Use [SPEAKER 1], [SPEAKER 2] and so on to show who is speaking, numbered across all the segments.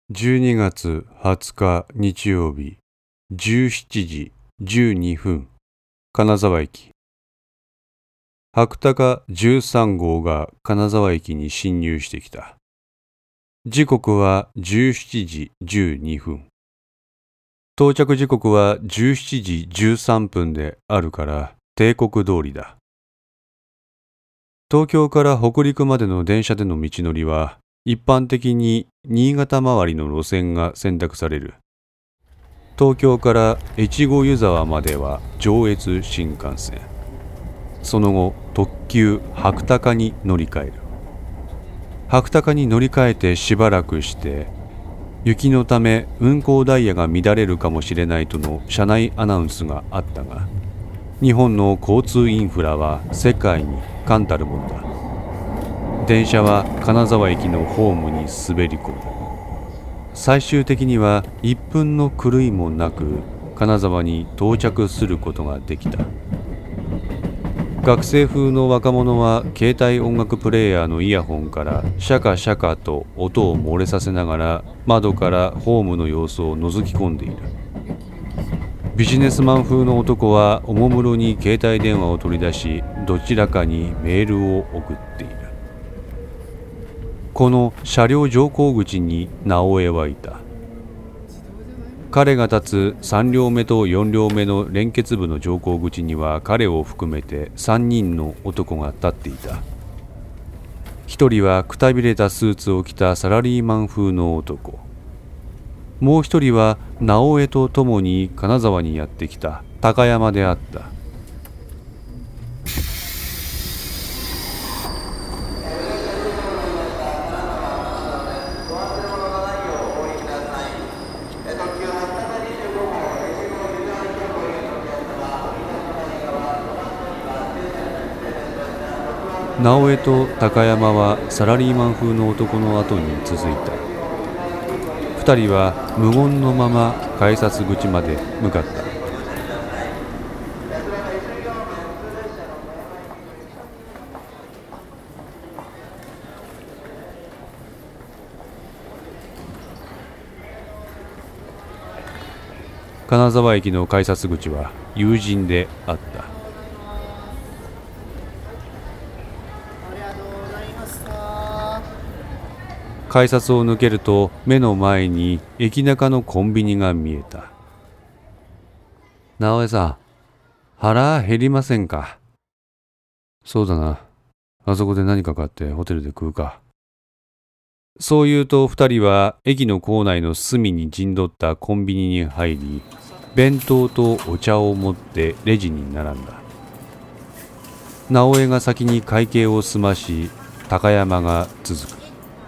[SPEAKER 1] 12月20日日曜日17時12分金沢駅。白鷹13号が金沢駅に進入してきた。時刻は17時12分。到着時刻は17時13分であるから定刻通りだ。東京から北陸までの電車での道のりは一般的に新潟周りの路線が選択される。東京から越後湯沢までは上越新幹線。その後特急白鷹に乗り換える。白鷹に乗り換えてしばらくして雪のため運行ダイヤが乱れるかもしれないとの車内アナウンスがあったが、日本の交通インフラは世界に冠たるものだ。電車は金沢駅のホームに滑り込む。最終的には1分の狂いもなく金沢に到着することができた。学生風の若者は携帯音楽プレーヤーのイヤホンからシャカシャカと音を漏れさせながら窓からホームの様子を覗き込んでいる。ビジネスマン風の男はおもむろに携帯電話を取り出し、どちらかにメールを送っている。この車両乗降口に直江はいた。彼が立つ3両目と4両目の連結部の乗降口には彼を含めて3人の男が立っていた。一人はくたびれたスーツを着たサラリーマン風の男。もう一人は直江と共に金沢にやってきた高山であった。直江と高山はサラリーマン風の男の後に続いた。二人は無言のまま改札口まで向かった。金沢駅の改札口は友人であった。改札を抜けると目の前に駅中のコンビニが見えた。直江さん、腹減りませんか？そうだな。あそこで何か買ってホテルで食うか。そう言うと二人は駅の構内の隅に陣取ったコンビニに入り、弁当とお茶を持ってレジに並んだ。直江が先に会計を済まし、高山が続く。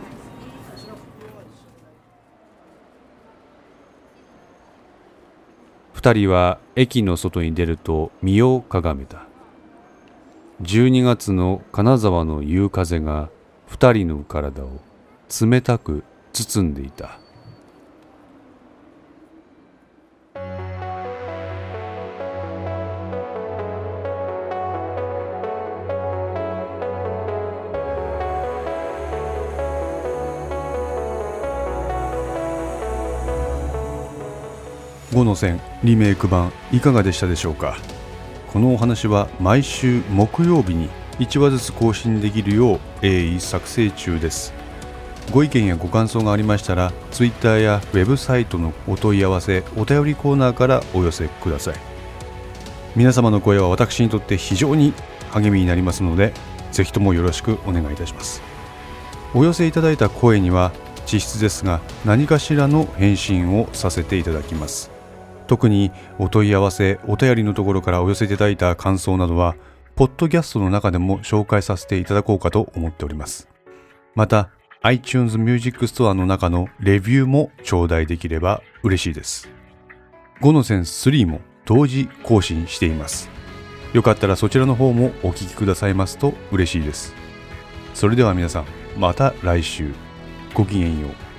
[SPEAKER 1] 二人は駅の外に出ると身をかがめた。12月の金沢の夕風が二人の体を冷たく包んでいた。5の線リメイク版いかがでしたでしょうか。このお話は毎週木曜日に1話ずつ更新できるよう鋭意作成中です。ご意見やご感想がありましたら Twitter やウェブサイトのお問い合わせお便りコーナーからお寄せください。皆様の声は私にとって非常に励みになりますので、ぜひともよろしくお願いいたします。お寄せいただいた声には実質ですが何かしらの返信をさせていただきます。特にお問い合わせ、お便りのところからお寄せいただいた感想などは、ポッドキャストの中でも紹介させていただこうかと思っております。また、iTunes Music Store の中のレビューも頂戴できれば嬉しいです。5の線3も同時更新しています。よかったらそちらの方もお聞きくださいますと嬉しいです。それでは皆さん、また来週。ごきげんよう。